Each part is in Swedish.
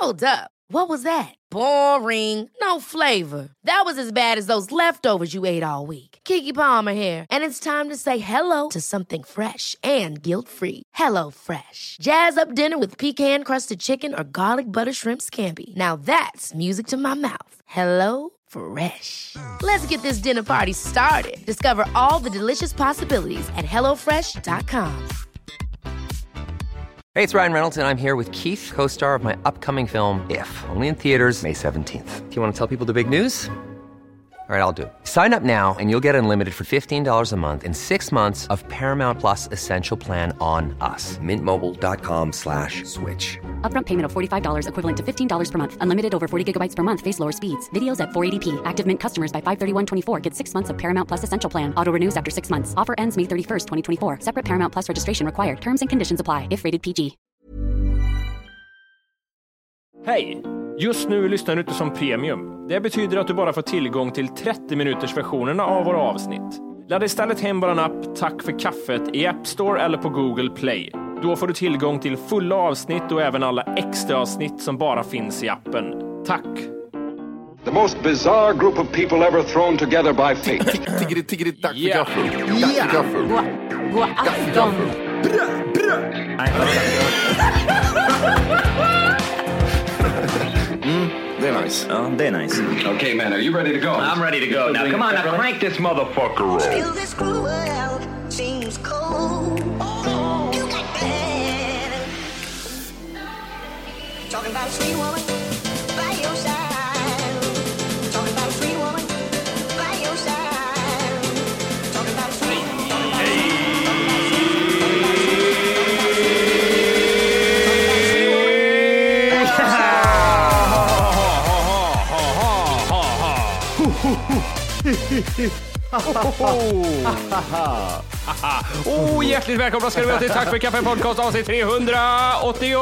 Hold up. What was that? Boring. No flavor. That was as bad as those leftovers you ate all week. Keke Palmer here, and it's time to say hello to something fresh and guilt-free. Hello Fresh. Jazz up dinner with pecan-crusted chicken or garlic butter shrimp scampi. Now that's music to my mouth. Hello Fresh. Let's get this dinner party started. Discover all the delicious possibilities at hellofresh.com. Hey, it's Ryan Reynolds, and I'm here with Keith, co-star of my upcoming film, If, only in theaters May 17th. Do you want to tell people the big news? All right, I'll do it. Sign up now and you'll get unlimited for $15 a month and 6 months of Paramount Plus Essential Plan on us. MintMobile.com/switch. Upfront payment of $45 equivalent to $15 per month. Unlimited over 40 gigabytes per month. Face lower speeds. Videos at 480p. Active Mint customers by 531.24 get 6 months of Paramount Plus Essential Plan. Auto renews after 6 months. Offer ends May 31st, 2024. Separate Paramount Plus registration required. Terms and conditions apply if rated PG. Hej! Just nu lyssnar du inte som premium. Det betyder att du bara får tillgång till 30 minuters versionerna av våra avsnitt. Ladda istället hem vår app Tack för kaffet i App Store eller på Google Play. Då får du tillgång till fulla avsnitt och även alla extra avsnitt som bara finns i appen. Tack! The most bizarre group of people ever thrown together by fate. Tiggeri, tack för gaffel. Tack för gaffel. God afton. Det är nice. Ja, det är nice. Okay, man, are you ready to go? I'm ready to go. Now, come on, now crank this motherfucker up. Still this cruel world seems cold. You got bad. Talking about a sweet woman by your side. Talking about a sweet woman by your side. Talking about a sweet woman. Hjärtligt välkomna ska du vara till Tack för kaffe podcast avsnitt 380.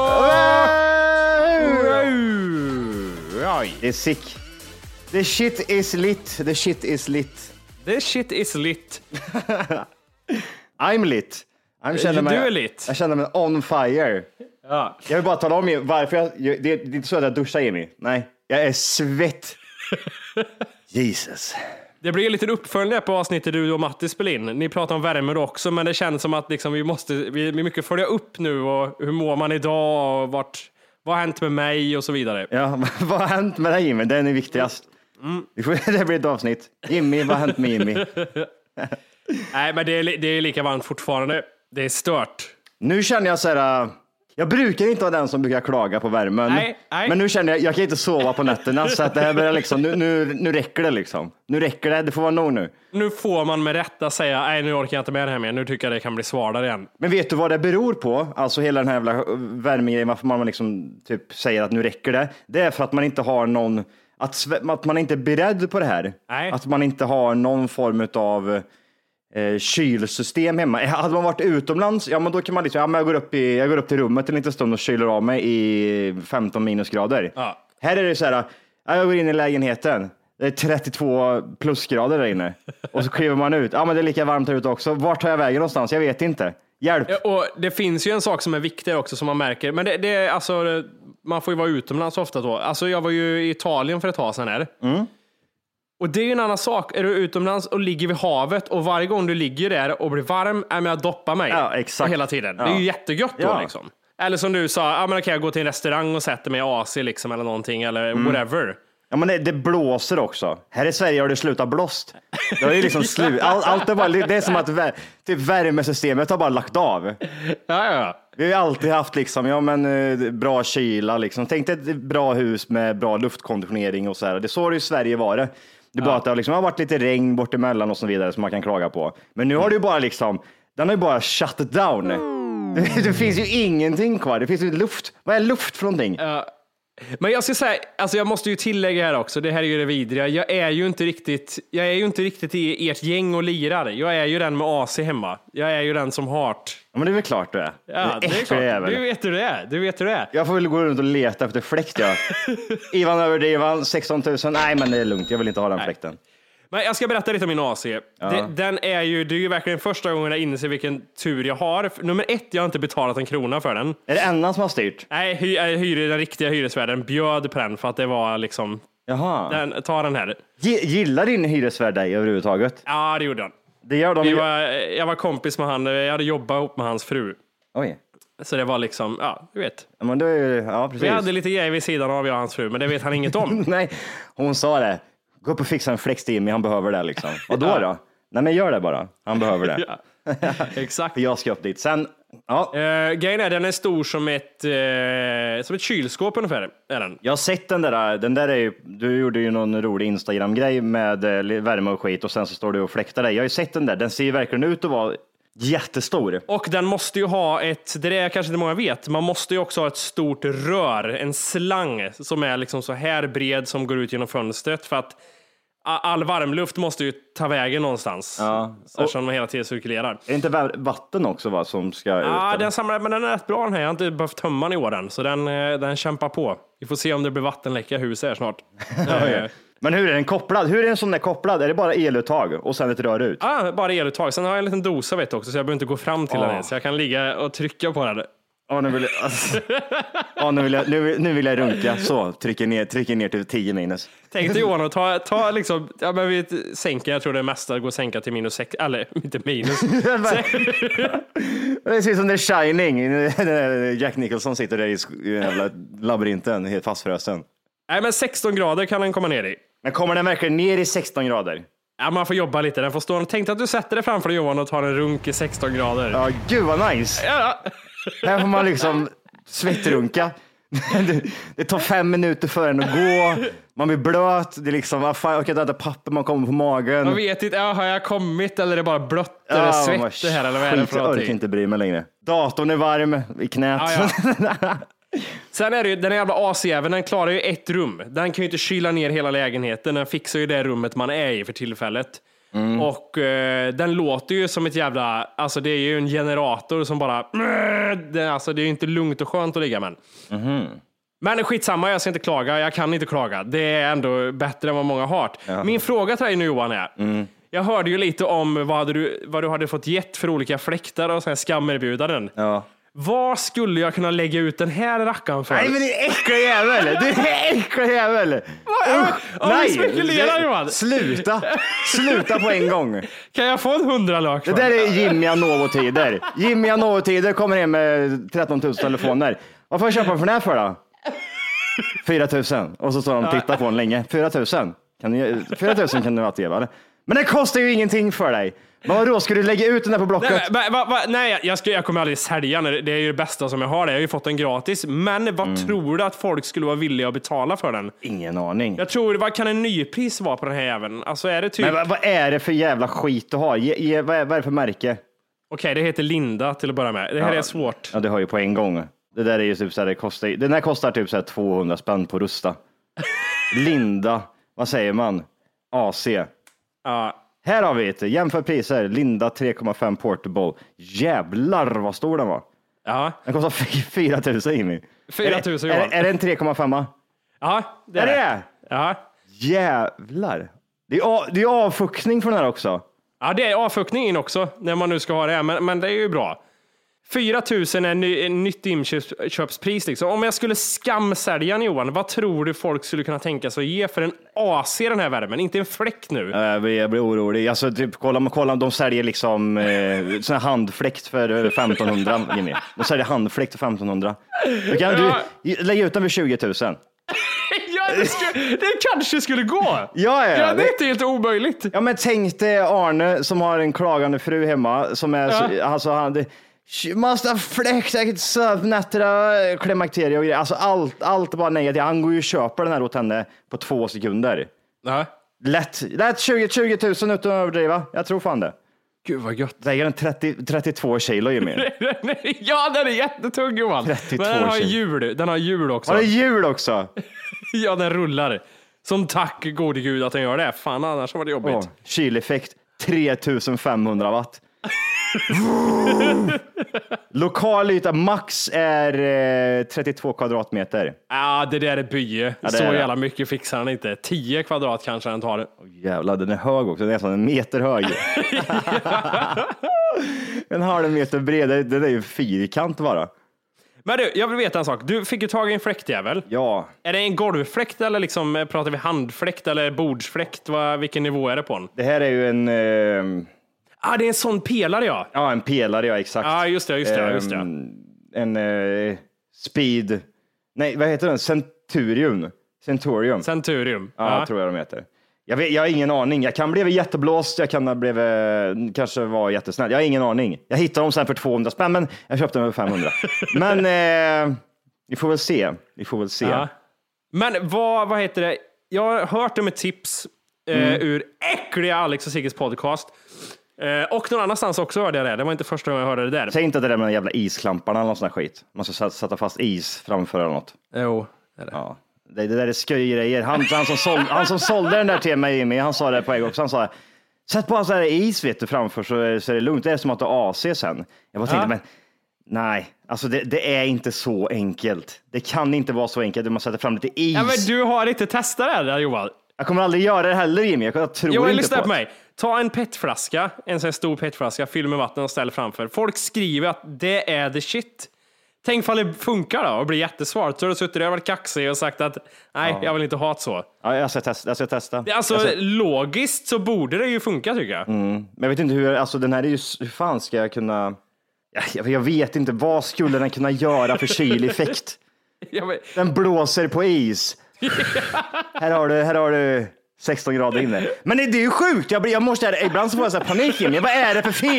Det är sick. The shit is lit. The shit is lit. The shit is lit. I'm lit. Du är lit. Jag känner mig on fire. Ja. Jag vill bara tala om varför det är inte så att jag duschar, Jimmy. Nej, jag är svett. Jesus. Det blir en liten uppföljning på avsnittet du och Matti spelade in. Ni pratar om värme då också, men det känns som att liksom vi mycket följa upp nu och hur mår man idag och vad har hänt med mig och så vidare. Ja, vad har hänt med dig, Jimmy? Den är viktigast. Det blir ett avsnitt. Jimmy, vad har hänt med Jimmy? Nej, men det är lika varmt fortfarande. Det är stört. Nu känner jag så här. Jag brukar inte vara den som brukar klaga på värmen. Nej. Men nu känner jag kan inte sova på nätterna. Så att det här börjar liksom, nu räcker det liksom. Nu räcker det får vara nog nu. Nu får man med rätta säga, nej nu orkar jag inte med det här mer. Nu tycker jag det kan bli svårare igen. Men vet du vad det beror på? Alltså hela den här jävla värmegrejen, varför man liksom typ säger att nu räcker det. Det är för att man inte har någon, att man inte är beredd på det här. Nej. Att man inte har någon form av kylsystem hemma. Hade man varit utomlands, ja men då kan man liksom, ja men jag går upp till rummet en liten stund och kyler av mig i 15 minusgrader. Ja. Här är det så här, jag går in i lägenheten. Det är 32 plusgrader där inne. Och så kliver man ut. Ja men det är lika varmt här ute också. Vart tar jag vägen någonstans? Jag vet inte. Hjälp. Ja, och det finns ju en sak som är viktig också som man märker. Men det är alltså, man får ju vara utomlands ofta då. Alltså jag var ju i Italien för ett tag sedan här. Och det är ju en annan sak. Är du utomlands och ligger vid havet och varje gång du ligger där och blir varm är med att doppa mig. Ja, exakt. Hela tiden. Ja. Det är ju jättegött då liksom. Eller som du sa, men kan jag gå till en restaurang och sätta mig i AC liksom eller någonting eller whatever. Ja men det blåser också. Här i Sverige har det slutat blåst. Det har ju liksom allt är bara, det är som att typ värmesystemet har bara lagt av. Ja. Vi har ju alltid haft liksom, bra kyla liksom. Tänk dig ett bra hus med bra luftkonditionering och så här. Det så har det i Sverige varit. Det är bara att det liksom har varit lite regn bort emellan och så vidare som man kan klaga på. Men nu har det ju bara liksom, den har ju bara shut down. Det finns ju ingenting kvar. Det finns ju luft. Vad är luft för någonting? Men jag ska säga, alltså jag måste ju tillägga här också, det här är ju det vidriga. Jag är ju inte riktigt i ert gäng och lirar. Jag är ju den med AC hemma. Jag är ju den som hart. Ja, men det är väl klart du är. Ja, det är klart. Du vet hur det är. Jag får väl gå runt och leta efter fläkt, ja. Ivan över divan, 16 000. Nej, men det är lugnt. Jag vill inte ha den fläkten. Men jag ska berätta lite om min AC. Den är ju, det är ju verkligen första gången jag inser vilken tur jag har. Nummer 1, jag har inte betalat en krona för den. Är det Anna som har styrt? Nej, den riktiga hyresvärden bjöd på den för att det var liksom... Jaha. Ta den här. Gillar din hyresvärd dig överhuvudtaget? Ja, det gjorde han. Det gör de. Jag var kompis med han, jag hade jobbat ihop med hans fru. Oj. Så det var liksom, ja, du vet. Ja, men precis. Vi hade lite grejer vid sidan av jag och hans fru, men det vet han inget om. Nej, hon sa det. Gå upp och fixa en flex till Jimmy, han behöver det liksom. Och då? Nej, men gör det bara. Han behöver det. Ja, exakt. För jag ska upp dit. Sen, grejen är, den är stor som ett kylskåp ungefär. Är den. Jag har sett den där är ju, du gjorde ju någon rolig Instagram-grej med värme och skit och sen så står du och fläktar dig. Jag har ju sett den där, den ser ju verkligen ut att vara jättestor. Och den måste ju ha det är kanske inte många vet, man måste ju också ha ett stort rör, en slang som är liksom så här bred som går ut genom fönstret för att all varmluft måste ju ta vägen någonstans. Ja. Eftersom de hela tiden cirkulerar. Är det inte vatten också som ska ut? Ja, den samlar, men den är rätt bra den här. Jag har inte behövt tömma den i år än, så den kämpar på. Vi får se om det blir vattenläcka i huset här snart. Men hur är den kopplad? Hur är en sån där kopplad? Är det bara eluttag och sen ett rör ut? Ja, bara eluttag. Sen har jag en liten dosa vet också, så jag behöver inte gå fram till den. Så jag kan ligga och trycka på den. Nu vill jag runka. Så, trycker ner till 10 minus. Tänk dig Johan att ta liksom, men vi sänker, jag tror det mesta går att sänka till minus 6, eller inte minus. Det ser ut som The Shining. Jack Nicholson sitter där i jävla labyrinten, helt fastfrösen. Nej, men 16 grader kan den komma ner i. Men kommer den verkligen ner i 16 grader? Ja, man får jobba lite. Den får stå. Tänk att du sätter dig framför Johan och tar en runk i 16 grader. Ja, gud vad nice. Ja. Här får man liksom svettrunka. Det tar 5 minuter för en att gå. Man blir blöt. Det är liksom, jag kan inte äta papper, man kommer på magen. Man vet inte, har jag kommit eller är det bara blött eller svett det här? Eller vad är det för någonting? Jag orkar inte bry mig längre. Datorn är varm i knät. Ja. Sen är det ju, den jävla AC-även, den klarar ju ett rum. Den kan ju inte kyla ner hela lägenheten. Den fixar ju det rummet man är i för tillfället. Och den låter ju som ett jävla, alltså det är ju en generator som bara, alltså det är ju inte lugnt och skönt att ligga med. Men skitsamma, jag ska inte klaga, jag kan inte klaga. Det är ändå bättre än vad många har. Min fråga till dig nu Johan är, jag hörde ju lite om vad du hade fått gett för olika fläktar och sån skammerbjudanden. Ja. Vad skulle jag kunna lägga ut den här rackaren för? Nej, men det är äckliga jävel! Det är äckliga jävel! Nej, spekulerar Johan. Sluta på en gång. Kan jag få en 100-lök? Det där är Jimmy Anovo-tider. Jimmy Anovo-tider kommer hem med 13 000 telefoner. Vad får jag köpa för den här för då? 4 000. Och så står de och tittar på den länge. 4 000. 4 000 kan du alltid ge, va? Men det kostar ju ingenting för dig. Men vadå, ska du lägga ut den där på Blocket? Nej, jag kommer aldrig sälja den. Det är ju det bästa som jag har. Jag har ju fått den gratis. Men vad tror du att folk skulle vara villiga att betala för den? Ingen aning. Jag tror, vad kan en nypris vara på den här jäveln? Alltså är det typ... Men vad är det för jävla skit du har? Vad är det för märke? Okej, det heter Linda till att börja med. Det här är svårt. Ja, det har ju på en gång. Det där är ju typ så här, den här kostar typ så här 200 spänn på Rusta. Linda, vad säger man? AC. Ja. Här har vi ett jämför priser. Linda 3,5 portable. Jävlar vad stor den var. Ja. Den kostar 4 000 Jimmy. 4 000 är det en 3,5? Ja, det är det. Ja. Jävlar. Det är avfuktning för den här också. Ja, det är avfuktningen också när man nu ska ha det här. Men det är ju bra. 4 000 är nytt inköpspris liksom. Om jag skulle skamsälja Johan, vad tror du folk skulle kunna tänka sig att ge för en AC den här värmen? Inte en fläkt nu. Jag blir orolig. Alltså, typ, kolla, de säljer liksom sån här handfläkt för 1500. Jimmy. De säljer handfläkt för 1500. Du lägger ut den för 20 000. Ja, det kanske skulle gå. Ja, det är inte helt omöjligt. Ja, men tänk dig Arne som har en klagande fru hemma som är alltså måste fläkt, säkert sövnättra, klimakterier och grejer. Alltså allt bara negativt. Han går ju och köper den här åt henne på 2 sekunder. Ja. Lätt 20 000 utan att överdriva. Jag tror fan det. Gud vad gött. Väger den 32 kilo Jimmy. Ja, den är jättetung Johan. Men den har hjul. Den har hjul också. Har den hjul också? Ja, den rullar. Som tack gode gud att den gör det. Fan, annars var det jobbigt. Kyleffekt 3500 watt. Lokal yta max är 32 kvadratmeter. Ja, det där är bye. Ja, så jävla mycket fixar han inte. 10 kvadrat kanske han tar. Jävlar, den är hög också. Den är nästan en meter hög. En halv meter bred. Det är ju fyrkant bara. Men du, jag vill veta en sak. Du fick ju tag i en fläktjävel. Ja. Är det en golvfläkt eller liksom, pratar vi handfläkt eller bordsfläkt? Vilken nivå är det på den? Det här är ju en... det är en sån pelare, ja. Ja, en pelare, ja, exakt. Ja, just det. En speed... Nej, vad heter den? Centurium. Ja, tror jag de heter. Jag har ingen aning. Jag kan bli jätteblåst, jag kan bli kanske vara jättesnäll. Jag har ingen aning. Jag hittade dem sen för 200 spänn, men jag köpte dem för 500. Men vi får väl se. Ja. Men vad heter det? Jag har hört om ett tips ur äckliga Alex och Sigges podcast. Och någon annanstans också hörde jag det. Det var inte första gången jag hörde det där. Säg inte det där med de jävla isklamparna eller någon sån här skit. Man ska sätta fast is framför eller något. Jo, det är det. Ja. Det där är sköjgrejer. Han som sålde den där till mig, Jimmy, han sa det på en gång också. Han sa, sätt på så här is vet du, framför så är det lugnt. Det är som att du har AC sen. Jag bara tänkte, men nej, alltså det är inte så enkelt. Det kan inte vara så enkelt. Du måste sätta fram lite is. Ja, men du har inte testat det här, Johan. Jag kommer aldrig göra det heller, Jimmy. Jag tror inte lyssna på på mig. Ta en petflaska, en sån här stor petflaska, fyll med vatten och ställ framför. Folk skriver att det är the shit. Tänk ifall det funkar då och blir jättesvårt. Så har du suttit där och varit kaxig och sagt att nej, jag vill inte ha det så. Ja, jag ska testa. Alltså, logiskt så borde det ju funka, tycker jag. Men jag vet inte hur, alltså den här är ju, hur fan ska jag kunna... Jag vet inte, vad skulle den kunna göra för kyleffekt? Den blåser på is. Här har du 16 grader inne. Men det är ju sjukt, ibland så får jag så här panik in. Vad är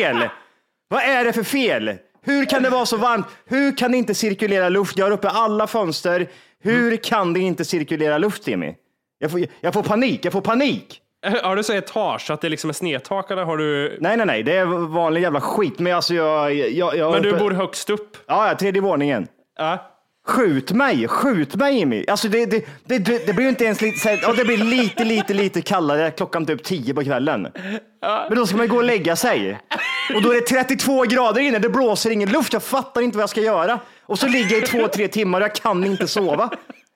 det för fel? Hur kan det vara så varmt? Hur kan det inte cirkulera luft? Jag har uppe alla fönster. Hur kan det inte cirkulera luft, Jimmy? Jag får panik. Har du så etage att det liksom är snedtak eller har du... Nej, det är vanlig jävla skit. Men alltså Men du bor högst upp? Ja, 3:e våningen. Ja. Skjut mig Jimmy. Alltså det blir ju inte ens det blir lite kallare klockan typ 10 på kvällen. Men då ska man gå och lägga sig. Och då är det 32 grader inne, det blåser ingen luft, jag fattar inte vad jag ska göra. Och så ligger jag i 2-3 timmar och jag kan inte sova.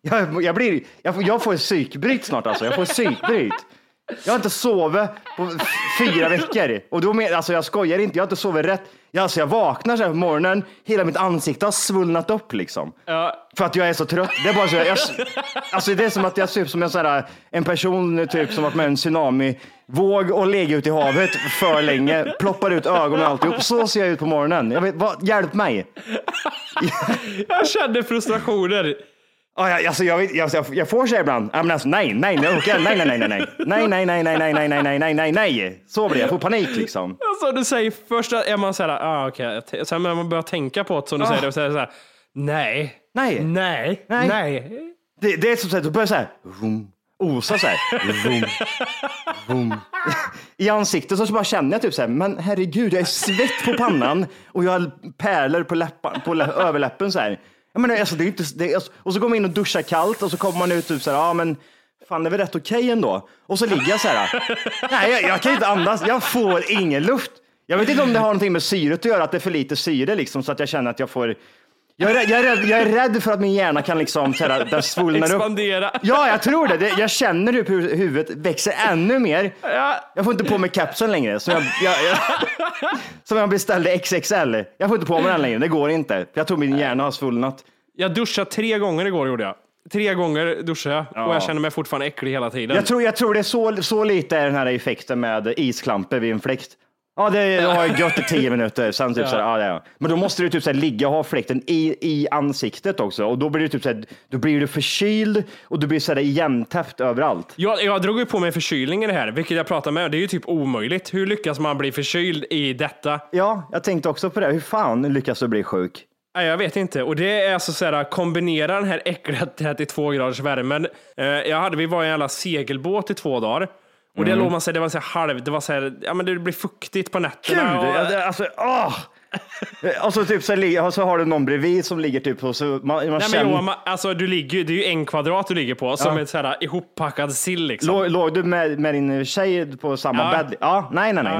Jag får psykbryt snart alltså, Jag har inte sovit på 4 veckor. Och då alltså jag skojar inte, jag har inte sovit rätt. Jag vaknar så här på morgonen, hela mitt ansikte har svullnat upp liksom. Ja. För att jag är så trött. Det är bara så alltså det är som att jag ser ut som en person typ som varit med en tsunami-våg och lägger ut i havet för länge. Ploppar ut ögonen och alltihop. Så ser jag ut på morgonen. Hjälp mig. Jag kände frustrationer. Alltså jag får sig ibland. Men alltså, nej. Nej. Så blir jag, får panik liksom. Alltså du säger först är man så här, okej. Sen när man börjar tänka på det som du säger, det så här, nej. Det är som att du börjar så här, osa så här. I ansiktet så bara känner jag typ så här, men herregud, jag är svett på pannan och jag har pärlor på överläppen så här. Men alltså, det är inte, och så går man in och duschar kallt och så kommer man ut typ så här, men fan det är väl rätt okej ändå. Och så ligger jag så här, nej jag kan inte andas, jag får ingen luft. Jag vet inte om det har någonting med syret att göra, att det är för lite syre liksom, så att jag känner att jag får... Jag är rädd för att min hjärna kan liksom så här, där svullnar upp. Expandera. Ja, jag tror det. Jag känner hur huvudet växer ännu mer. Jag får inte på mig kapseln längre. Som jag beställde XXL. Jag får inte på mig den längre. Det går inte. För jag tror min hjärna har svullnat. Jag duschade 3 gånger igår, gjorde jag. 3 gånger duschade jag och jag känner mig fortfarande äcklig hela tiden. Jag tror det är så lite är den här effekten med isklampor vid en fläkt. Ja, det har gött i 10 minuter. Sen typ såhär, men då måste du typ såhär ligga och ha fläkten i ansiktet också. Och då blir du typ såhär, då blir du förkyld och du blir såhär jämntäppt överallt. Jag drog ju på mig förkylning i det här, vilket jag pratar med. Det är ju typ omöjligt. Hur lyckas man bli förkyld i detta? Ja, jag tänkte också på det. Hur fan lyckas du bli sjuk? Nej, jag vet inte. Och det är alltså såhär, kombinera den här äckliga 32 graders värmen. Vi var i en jävla segelbåt i 2 dagar. Och det låg man sig, det var så här halv, det var så här, ja men det blir fuktigt på nätterna. Gud, alltså, Och så typ så har du någon bredvid som ligger typ och så man Nej, känner... men Johan, alltså det är ju 1 kvadrat du ligger på som ett sådär ihoppackad sill liksom. Låg du med din tjej på samma bädd? Ja,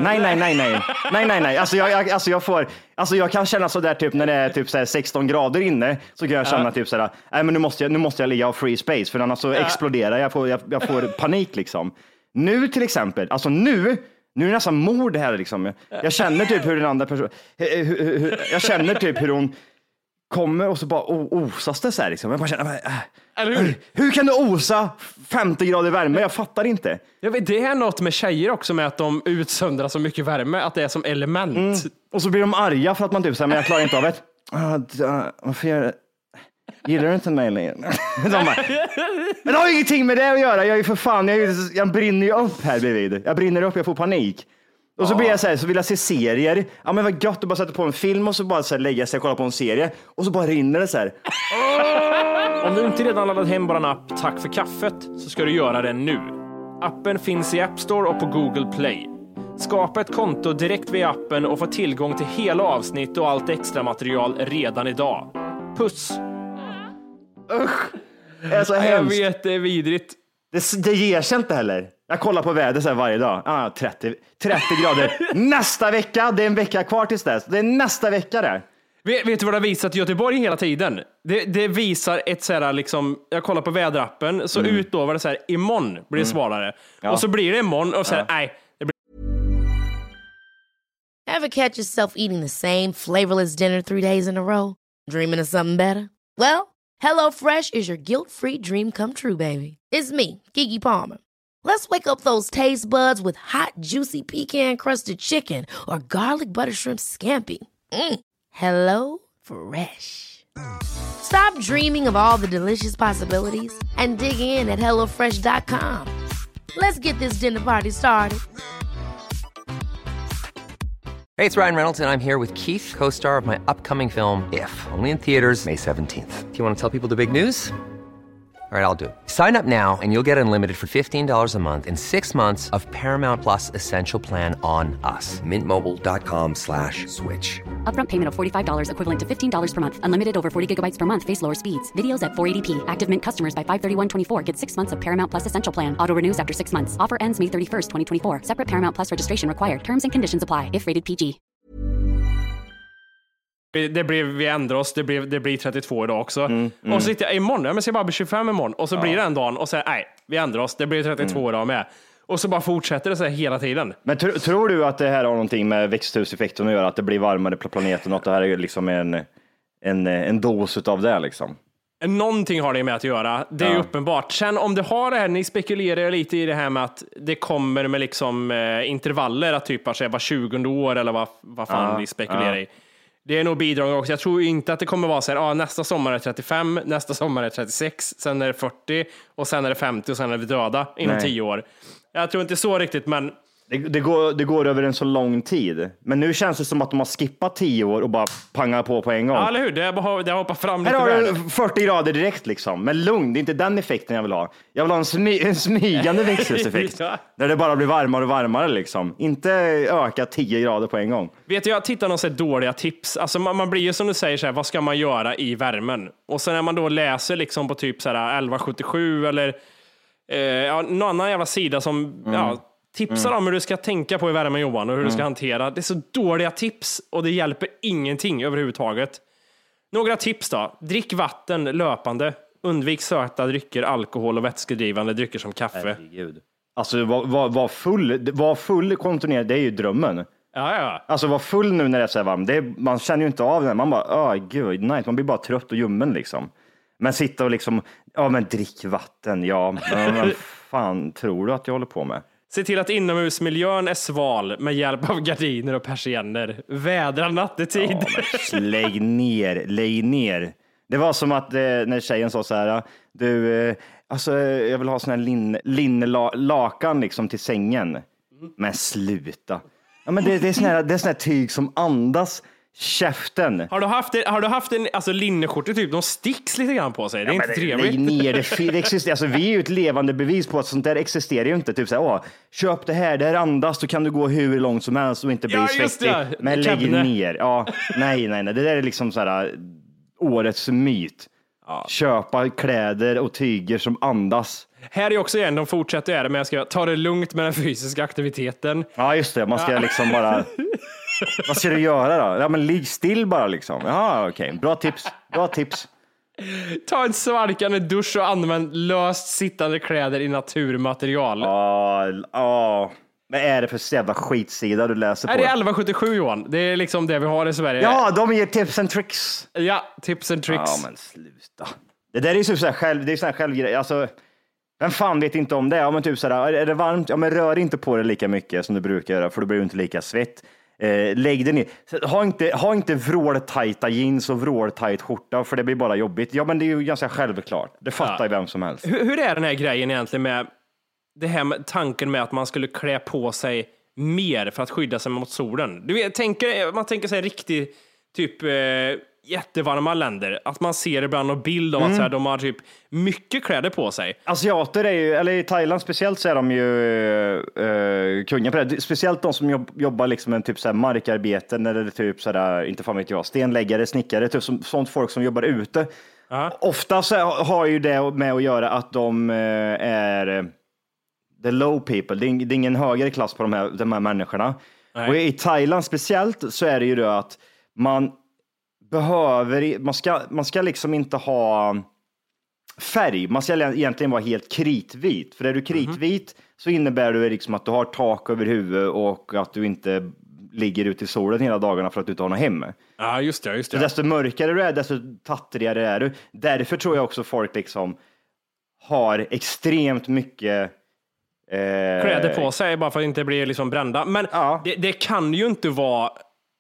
nej. Alltså jag kan känna så där typ när det är typ så här 16 grader inne, så kan jag känna typ så här, nej men nu måste jag ligga och free space för annars så exploderar jag får panik liksom. Nu till exempel, alltså nu är det nästan mord här liksom. Jag känner typ hur den andra personen, jag känner typ hur hon kommer och så bara osas det så här liksom. Jag bara känner, hur kan du osa 50 grader värme? Jag fattar inte. Jag vet, det är något med tjejer också med att de utsöndrar så mycket värme att det är som element. Och så blir de arga för att man typ säger, men jag klarar inte av det. Varför gör det? Gillar du inte mig längre? Men det har ju ingenting med det att göra. Jag är för fan, jag brinner ju upp här bredvid. Jag brinner upp, jag får panik. Och så blir jag så här, så vill jag se serier. Ja men vad gött att bara sätta på en film och så bara så här, lägga sig och kolla på en serie. Och så bara rinner det så här. Om du inte redan laddat hem bara app Tack för kaffet så ska du göra det nu. Appen finns i App Store och på Google Play. Skapa ett konto direkt via appen och få tillgång till hela avsnitt och allt extra material redan idag. Puss! Usch! Det är så Jag hemskt. vet, det är vidrigt. Det ger sig inte heller. Jag kollar på väder så här varje dag. 30 grader. Nästa vecka, det är en vecka kvar tills dess. Det är nästa vecka där. Vet du vad det har visat i Göteborg hela tiden? Det visar ett så här liksom, jag kollar på väderappen så utlovar det så här, imorgon blir det svalare. Ja. Och så blir det imorgon och så här, nej. Ever catch yourself eating the same flavorless dinner 3 days in a row? Dreaming of something better? Well, HelloFresh is your guilt-free dream come true, baby. It's me, Keke Palmer. Let's wake up those taste buds with hot, juicy pecan-crusted chicken or garlic butter shrimp scampi. Hello Fresh. Stop dreaming of all the delicious possibilities and dig in at HelloFresh.com. Let's get this dinner party started. Hey, it's Ryan Reynolds, and I'm here with Keith, co-star of my upcoming film, If, only in theaters May 17th. Do you want to tell people the big news? All right, I'll do it. Sign up now and you'll get unlimited for $15 a month and 6 months of Paramount Plus Essential Plan on us. MintMobile.com/switch. Upfront payment of $45 equivalent to $15 per month. Unlimited over 40 gigabytes per month. Face lower speeds. Videos at 480p. Active Mint customers by 531.24 get 6 months of Paramount Plus Essential Plan. Auto renews after 6 months. Offer ends May 31st, 2024. Separate Paramount Plus registration required. Terms and conditions apply if rated PG. Vi ändrar oss, det blir 32 idag också. Och så sitter jag imorgon, jag ska bara bli 25 imorgon. Och så blir det en dag och så nej, vi ändrar oss, det blir 32 idag med. Och så bara fortsätter det så här hela tiden. Men tror du att det här har någonting med växthuseffekten att göra? Att det blir varmare på planeten och att det här är liksom en dos av det liksom? Någonting har det med att göra, det är ju uppenbart. Sen om det har det här, ni spekulerar lite i det här med att det kommer med liksom intervaller att typ var 20:e år eller vad fan ni spekulerar i. Det är nog bidrag också. Jag tror inte att det kommer vara så här, nästa sommar är 35, nästa sommar är 36, sen är det 40 och sen är det 50 och sen är vi döda inom 10 år. Jag tror inte så riktigt, men det går över en så lång tid. Men nu känns det som att de har skippat 10 år och bara pangar på en gång. Ja, eller hur? Det har hoppat fram lite. Här har du 40 grader direkt liksom. Men lugn, det är inte den effekten jag vill ha. Jag vill ha en smygande växthuseffekt. Där det bara blir varmare och varmare liksom. Inte öka 10 grader på en gång. Vet du, jag tittar någon så dåliga tips. Alltså man blir ju som du säger så här, vad ska man göra i värmen? Och sen när man då läser liksom på typ så här 1177 eller någon annan jävla sida som tipsar om hur du ska tänka på i värmen, Johan, och hur du ska hantera. Det är så dåliga tips och det hjälper ingenting överhuvudtaget. Några tips då. Drick vatten löpande. Undvik söta drycker, alkohol och vätskedrivande drycker som kaffe. Herregud. Alltså var full kontinuerligt, det är ju drömmen. Ja. Alltså var full nu när det är så här varmt. Man känner ju inte av det. Man bara, gud, nice. Man blir bara trött och ljummen liksom. Men sitta och liksom, men drick vatten. Ja, men fan tror du att jag håller på med? Se till att inomhusmiljön är sval med hjälp av gardiner och persienner. Vädra nattetid. Lägg ner. Det var som att när tjejen sa så här, du, alltså jag vill ha sån här linnelakan liksom till sängen. Men sluta. Ja, men det är sån här tyg som andas Käften. Har du haft en alltså linneskjortor typ, de sticks lite grann på sig. Det är inte trevligt. Nej, det existerar. Alltså, vi är ju ett levande bevis på att sånt där existerar ju inte. Typ såhär, köp det här andas, då kan du gå hur långt som helst och inte bli svettig. Men lägg ner. Ja, nej. Det där är liksom såhär årets myt. Ja. Köpa kläder och tyger som andas. Här är också igen, de fortsätter göra det, men jag ska ta det lugnt med den fysiska aktiviteten. Ja, just det. Man ska liksom bara... Vad ska du göra då? Ja, men ligg still bara liksom. Ja, okej. Bra tips. Ta en svalkande dusch och använd löst sittande kläder i naturmaterial. Ja. Vad är det för jävla skitsida du läser på? Det är 1177 Johan. Det är liksom det vi har i Sverige. Ja, de ger tips and tricks. Ja, tips and tricks. Ja, men sluta. Det där är ju så här självgrej. Alltså, vem fan vet inte om det? Ja, men typ sådär, är det varmt? Ja, men rör inte på det lika mycket som du brukar göra, för då blir du inte lika svett. Lägg det ner. Ha inte vråltajta jeans och vråltajt skjorta, för det blir bara jobbigt. Ja, men det är ju ganska självklart. Det fattar ju vem som helst. Hur är den här grejen egentligen med det här med tanken med att man skulle klä på sig mer för att skydda sig mot solen? Du vet, man tänker sig riktigt typ jättevarma länder, att man ser ibland en bild av att så här, de har typ mycket kläder på sig. Asiater är ju, eller i Thailand speciellt, så är de ju kungar på det. Speciellt de som jobbar liksom en typ så här markarbeten eller typ så där, inte fan vet jag, stenläggare, snickare, typ sånt folk som jobbar ute. Ofta så har ju det med att göra att de är the low people. Det är ingen högre klass på de här människorna. Nej. Och i Thailand speciellt så är det ju då att man ska liksom inte ha färg. Man ska egentligen vara helt kritvit. För är du kritvit så innebär det liksom att du har tak över huvudet och att du inte ligger ute i solen hela dagarna för att du inte har något hem. Ja, just det. Så desto mörkare du är, desto tattrigare är du. Därför tror jag också folk liksom har extremt mycket kläder på sig bara för att inte bli liksom brända. Men det kan ju inte vara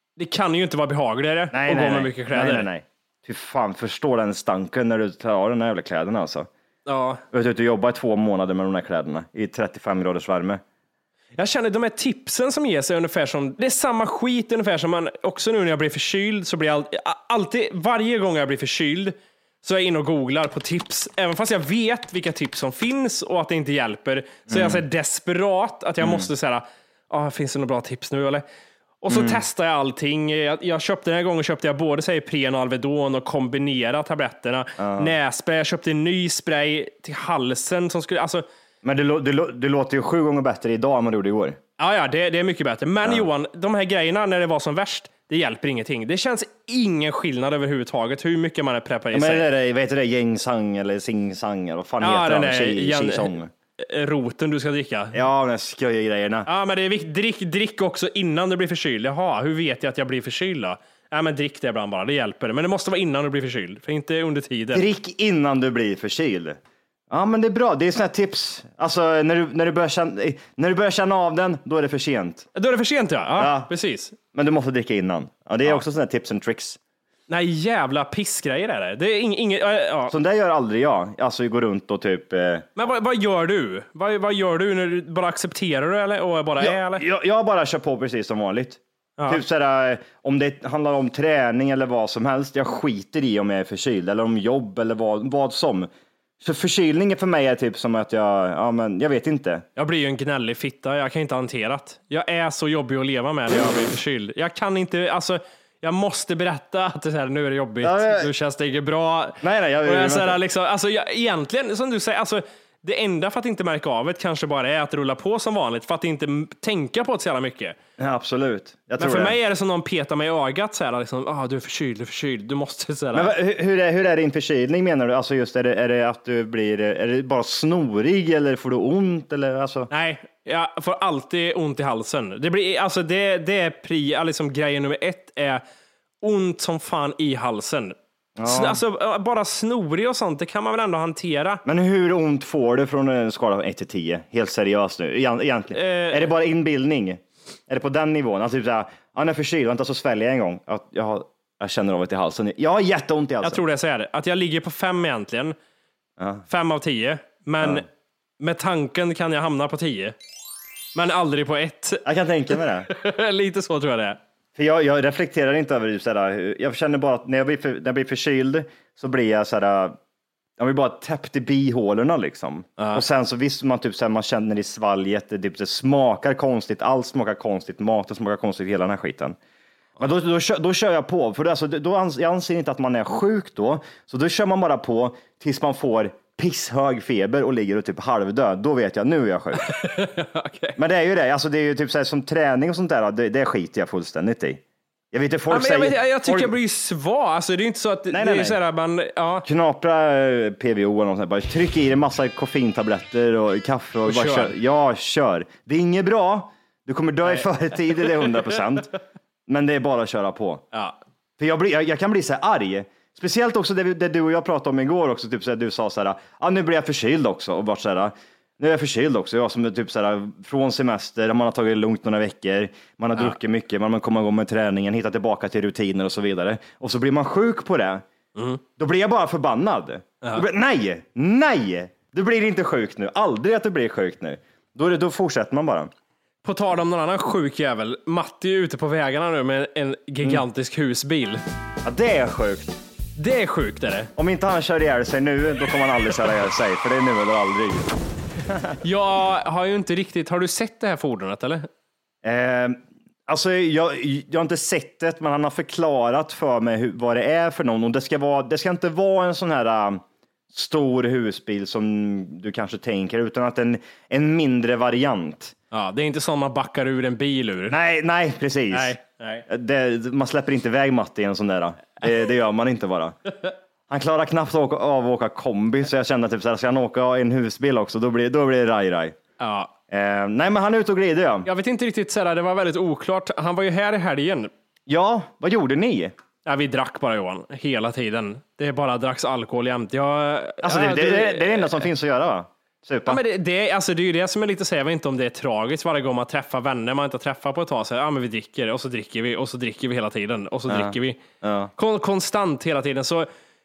behagligare att gå med mycket kläder. Nej. Fy fan, förstår den stanken när du tar av den här jävla kläderna alltså. Ja. Du jobbar 2 månader med de här kläderna i 35 graders värme. Jag känner de här tipsen som ges är ungefär som, det är samma skit ungefär som man, också nu när jag blir förkyld så blir jag alltid, varje gång jag blir förkyld så är jag inne och googlar på tips. Även fast jag vet vilka tips som finns och att det inte hjälper, så är jag så desperat att jag måste säga, finns det några bra tips nu eller? Och så testar jag allting. Jag köpte den här gången både Ipren och Alvedon och kombinera tabletterna. Nässpray, jag köpte en ny spray till halsen som skulle, alltså. Men det låter ju 7 gånger bättre idag än vad du gjorde igår. Ja, det är mycket bättre. Men Johan, de här grejerna när det var som värst, det hjälper ingenting. Det känns ingen skillnad överhuvudtaget hur mycket man är preppad i sig. Men vet du det, gängsang eller singsang eller vad fan heter det? Roten du ska dricka. Ja, men grejerna. Ja, men det är viktigt. Drick också innan du blir förkyld. Jaha, hur vet jag att jag blir förkyld då? Ja, men drick det ibland bara, det hjälper. Men det måste vara innan du blir förkyld, för inte under tiden. Drick innan du blir förkyld. Ja, men det är bra. Det är såna här tips. Alltså, när du börjar känna av den, då är det för sent. Då är det för sent, ja. Precis. Men du måste dricka innan. Ja, det är också såna här tips and tricks. Nej, jävla pissgrejer är det. Det är inget. Så det gör aldrig jag. Alltså, jag går runt och typ. Men vad gör du? Vad gör du när du bara accepterar det eller och bara är eller? Jag bara kör på precis som vanligt. Typ sådär, om det handlar om träning eller vad som helst, jag skiter i om jag är förkyld eller om jobb eller vad som. Så förkylningen för mig är typ som att jag vet inte. Jag blir ju en gnällig fitta, jag kan inte hantera det. Jag är så jobbig att leva med när jag blir förkyld. Jag kan inte, alltså, jag måste berätta att det här, nu är det jobbigt, nu känns det inte bra. Nej, egentligen, som du säger, alltså, det enda för att inte märka av det kanske bara är att rulla på som vanligt, för att inte tänka på det så jävla mycket. Ja, absolut. Men för mig är det som någon petar mig i ögat så här, liksom, du är förkyld, du måste så här. Men hur är din förkylning menar du? Alltså just är det att du blir, är det bara snorig eller får du ont eller alltså? Nej, jag får alltid ont i halsen. Det blir, alltså det är liksom grejen nummer 1 är ont som fan i halsen. Ja. Alltså bara snorig och sånt, det kan man väl ändå hantera. Men hur ont får du från en skala från 1 till 10? Helt seriöst nu, egentligen. Är det bara inbildning? Är det på den nivån? Alltså typ såhär, när jag är förkyld, vänta så sväljer jag en gång. Att jag känner av det i halsen. Jag har jätteont i halsen. Jag tror det är så här, att jag ligger på 5 egentligen. 5 av 10. Men med tanken kan jag hamna på 10. Men aldrig på 1. Jag kan tänka mig det. Lite så tror jag det är. För jag reflekterar inte över det sådär. Jag känner bara att när jag blir förkyld så blir jag sådär, jag blir bara täppt i bihålorna liksom. Och sen så visst man typ såhär, man känner i svalget, det smakar konstigt, allt smakar konstigt, maten smakar konstigt, hela den här skiten. Men då kör jag på, för jag anser inte att man är sjuk då, så då kör man bara på tills man får pisshög feber och ligger och typ halvdöd. Då vet jag, nu är jag sjuk. Okay. Men det är ju det, alltså det är ju typ så här, som träning och sånt där, det skiter jag fullständigt i. Jag vet inte, folk säger... Jag tycker jag blir svag, alltså det är inte så att det är så här man... Ja. Knapra PVO och något sånt, bara tryck i en massa koffeintabletter och kaffe och bara kör. Ja, kör. Det är inget bra, du kommer dö i förtid, det är 100%. Men det är bara att köra på. Ja. För jag kan bli så här arg. Speciellt också det du och jag pratade om igår också. Typ så här, du sa så här, nu blir jag förkyld också. Och bara så här, nu är jag förkyld också. Jag som är typ så här, från semester, man har tagit det lugnt några veckor. Man har druckit mycket, man kommer igång med träningen, hittat tillbaka till rutiner och så vidare. Och så blir man sjuk på det. Då blir jag bara förbannad. Nej! Du blir inte sjuk nu. Aldrig att du blir sjuk nu. Då fortsätter man bara. På tal om någon annan sjuk jävel. Matti är ute på vägarna nu med en gigantisk husbil. Ja, det är sjukt. Det är sjukt, är det. Om inte han kör ihjäl sig nu, då kommer han aldrig köra ihjäl sig. För det är nu eller aldrig. Jag har ju inte riktigt... Har du sett det här fordonet, eller? Alltså, jag har inte sett det, men han har förklarat för mig vad det är för någon. Och det ska inte vara en sån här... stor husbil som du kanske tänker, utan att en mindre variant. Ja, det är inte som man backar ur en bil ur. Nej, precis. Nej. Man släpper inte iväg Matti i en sån där. Det gör man inte bara. Han klarar knappt av att åka kombi, så jag kände typ så här, ska han åka en husbil också, då blir det raj. Ja. Nej, men han är ute och glider, ja. Jag vet inte riktigt, så här, det var väldigt oklart. Han var ju här i helgen. Ja, vad gjorde ni? Ja, vi drack bara, Johan, hela tiden. Det är bara dracks alkohol jämt. Det är det enda som finns att göra, va? Super. Ja, men det är ju det som är lite så, jag vet inte om det är tragiskt varje gång man träffar vänner man inte träffar på ett tag. Så ja, men vi dricker och så dricker vi och så dricker vi hela tiden och så dricker vi. Ja. Konstant hela tiden. Så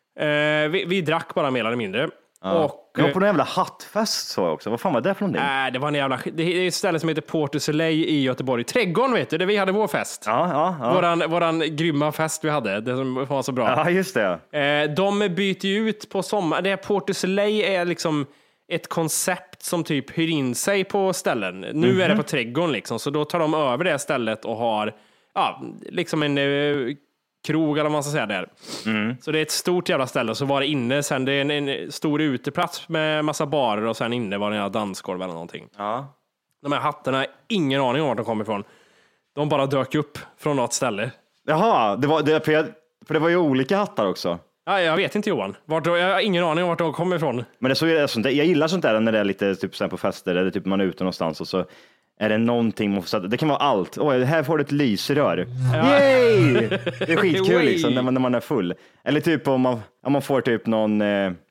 vi drack bara mer eller mindre. Ja. Och jag var på en jävla hattfest så också. Vad fan var det för någonting? Det var en jävla... Det är ett ställe som heter Port du Soleil i Göteborg. Trädgården, vet du, där vi hade vår fest. Ja. Våran grymma fest vi hade. Det som var så bra. Ja, just det. De byter ju ut på sommar. Det här Port du Soleil är liksom ett koncept som typ hyr in sig på ställen. Nu är det på Trädgården liksom. Så då tar de över det stället och har liksom en... krog eller vad man ska säga där. Så det är ett stort jävla ställe. Så var det inne sen, det är en stor uteplats med massa barer och sen inne var det en dansgolv eller någonting. Ja. De här hattarna, ingen aning om vart de kommer ifrån. De bara dök upp från något ställe. Jaha, för det var ju olika hattar också. Ja, jag vet inte, Johan. Jag har ingen aning om vart de kommer ifrån. Men det så är sånt där, jag gillar sånt där när det är lite typ så här på fester eller typ man är ute någonstans och så är det någonting man får sätta. Det kan vara allt. Här får du ett lysrör. Ja. Yay! Det är skitkul liksom när man är full. Eller typ om man får typ någon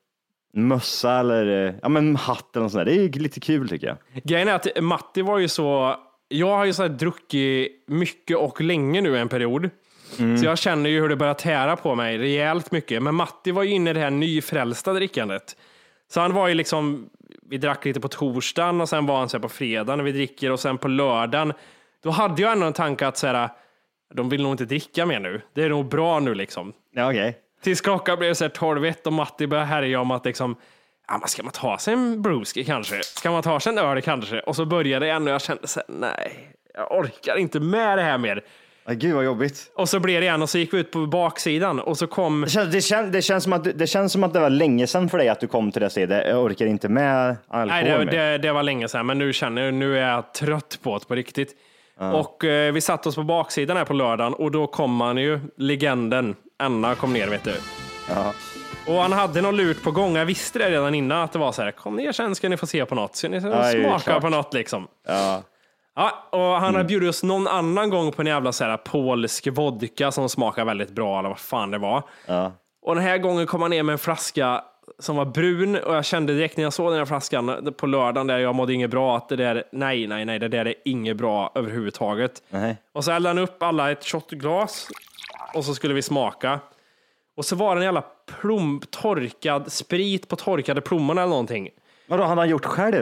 mössa eller hatt eller något sånt där. Det är lite kul tycker jag. Grejen är att Matti var ju så... Jag har ju så här druckit mycket och länge nu en period. Så jag känner ju hur det börjar tära på mig rejält mycket. Men Matti var ju inne i det här nyfrälsta drickandet. Så han var ju liksom... Vi drack lite på torsdagen och sen var han så här på fredagen när vi dricker och sen på lördagen. Då hade jag ändå en tanke att så här, de vill nog inte dricka mer nu. Det är nog bra nu liksom. Ja, okej. Tills klockan blev så här 12:01 och Matti började härja om att liksom, ska man ta sig en brewski kanske? Ska man ta sig en öl kanske? Och så började jag och jag kände så här, nej, jag orkar inte med det här mer. Gud vad jobbigt. Och så blev det igen och så gick vi ut på baksidan och så kom... Det känns som att det var länge sedan för dig att du kom till det sidan. Jag orkar inte med alkohol. Nej, det var länge sedan, men nu är jag trött på det på riktigt. Och vi satt oss på baksidan här på lördagen och då kom man ju, legenden, Anna kom ner, vet du. Ja. Och han hade någon lurt på gång. Jag visste det redan innan att det var så här, kom ner sen ska ni få se på något. Så ni smaka på något liksom. Ja. Ja, och han har bjudit oss någon annan gång på en jävla så här polsk vodka som smakar väldigt bra, eller vad fan det var. Ja. Och den här gången kom han ner med en flaska som var brun och jag kände direkt när jag såg den här flaskan på lördagen där jag mådde inget bra att det där, nej, det där är inget bra överhuvudtaget. Nej. Och så hällde han upp alla ett shotglas och så skulle vi smaka. Och så var det en jävla torkad sprit på torkade plommon eller någonting. Vadå, han har gjort själv eller?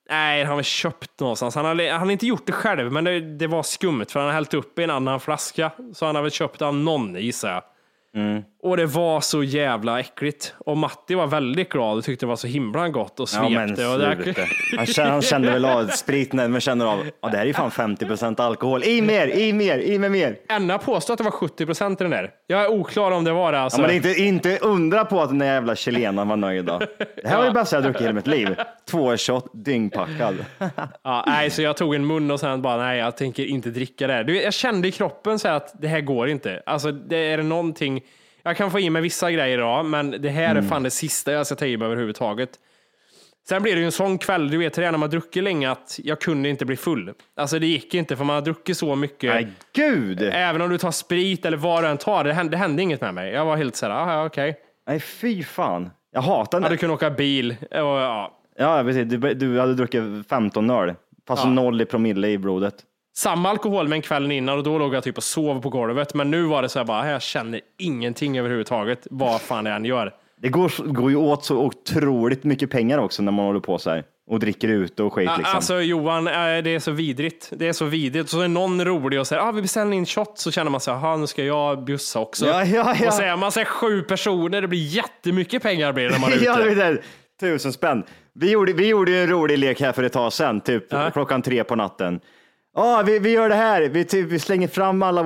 Nej, han har köpt någonstans. Han har inte gjort det själv, men det var skumt för han har hällt upp i en annan flaska. Så han har väl köpt av någon, gissar jag. Och det var så jävla äckligt. Och Matti var väldigt glad och tyckte det var så himla gott och svepte. Han kände väl av spriten, men känner av det här är ju fan 50% alkohol. I mer. Enna påstår att det var 70% i den där. Jag är oklar om det var det. Alltså. Ja, men inte undra på att den där jävla chilenaren var nöjd då. Det här var ju bästa jag druckit i hela mitt liv. 2 shot, dyngpackad. Nej, så jag tog en mun och sen bara, nej, jag tänker inte dricka det här. Jag kände i kroppen så att det här går inte. Alltså, det är någonting. Jag kan få i mig vissa grejer idag, men det här är fan det sista jag ska ta i mig överhuvudtaget. Sen blir det ju en sån kväll, du vet redan när man druckit länge, att jag kunde inte bli full. Alltså det gick inte, för man har druckit så mycket. Nej, gud! Även om du tar sprit eller vad du än tar, det hände inget med mig. Jag var helt sådär, okej. Nej, fy fan. Jag hatar det. Jag hade kunnat åka bil. Ja, precis. Du hade druckit 15 öl. Fast 0 i promille i blodet. Samma alkohol med en kvällen innan och då låg jag typ och sov på golvet. Men nu var det så här bara, jag känner ingenting överhuvudtaget. Vad fan jag än gör. Det går ju åt så otroligt mycket pengar också när man håller på så här. Och dricker ut och skit liksom. Alltså Johan, det är så vidrigt. Det är så vidrigt. Så är någon rolig och säger, vi beställer in shot. Så känner man så här, nu ska jag bjussa också. Ja. Och säger man säger 7 personer, det blir jättemycket pengar blir det när man är ute. Ja, det är 1000 spänn. Vi gjorde en rolig lek här för ett tag sedan, typ klockan 3 på natten. Vi gör det här. Vi slänger fram alla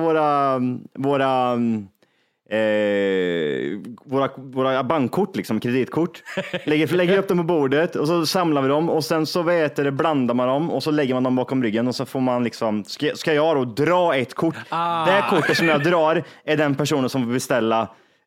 våra bankkort, liksom kreditkort. Lägger upp dem på bordet och så samlar vi dem och sen så blandar man dem och så lägger man dem bakom ryggen och så får man liksom, ska jag då dra ett kort. Det kortet som jag drar är den personen som får beställa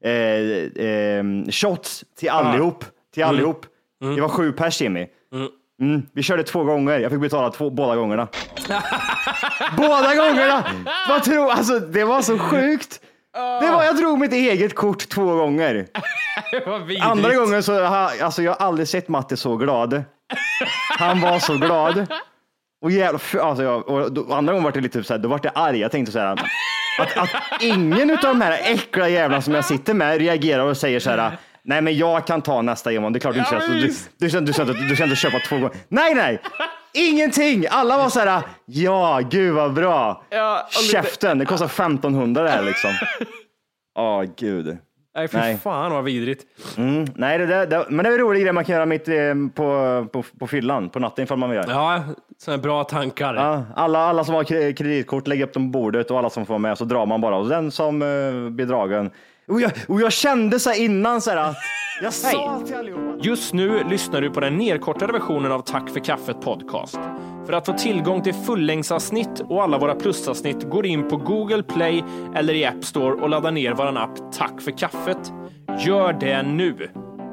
shots till allihop. Det var 7 pers, Jimmy. Vi körde 2 gånger. Jag fick betala båda gångerna. Båda gångerna! Vad tror? Alltså, det var så sjukt. Jag drog mitt eget kort 2 gånger. Andra gången så jag har aldrig sett Matte så glad. Han var så glad. Och andra gången var det lite så här, då var det arg. Jag tänkte så här att ingen av de här äckliga jävlarna som jag sitter med reagerar och säger så här: nej, men jag kan ta nästa Johan. Det är klart du ska inte köpa 2 gånger. Nej. Ingenting. Alla var så här, ja, gud vad bra. Käften, det kostar 1500 det här liksom. Gud. Nej, för fan vad vidrigt. Nej, men det är en rolig grej man kan göra mitt på fyllan, på natten ifall man vill. Ja, sådana bra tankar. Ja, alla som har kreditkort lägger upp dem på bordet och alla som får med, så drar man bara. Och den som blir dragen. Och jag kände så här innan så här, jag sa till allihopa. Just nu lyssnar du på den nedkortade versionen av Tack för kaffet podcast. För att få tillgång till fullängdsavsnitt och alla våra plusavsnitt går in på Google Play eller i App Store och laddar ner våran app Tack för kaffet. Gör det nu!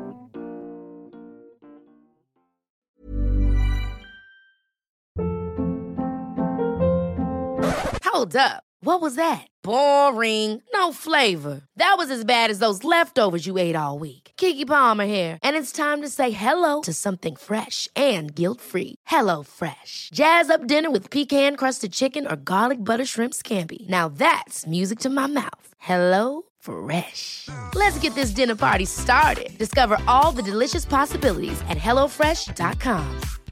Hold up. What was that? Boring. No flavor. That was as bad as those leftovers you ate all week. Keke Palmer here, and it's time to say hello to something fresh and guilt-free. Hello Fresh. Jazz up dinner with pecan-crusted chicken or garlic butter shrimp scampi. Now that's music to my mouth. Hello Fresh. Let's get this dinner party started. Discover all the delicious possibilities at hellofresh.com.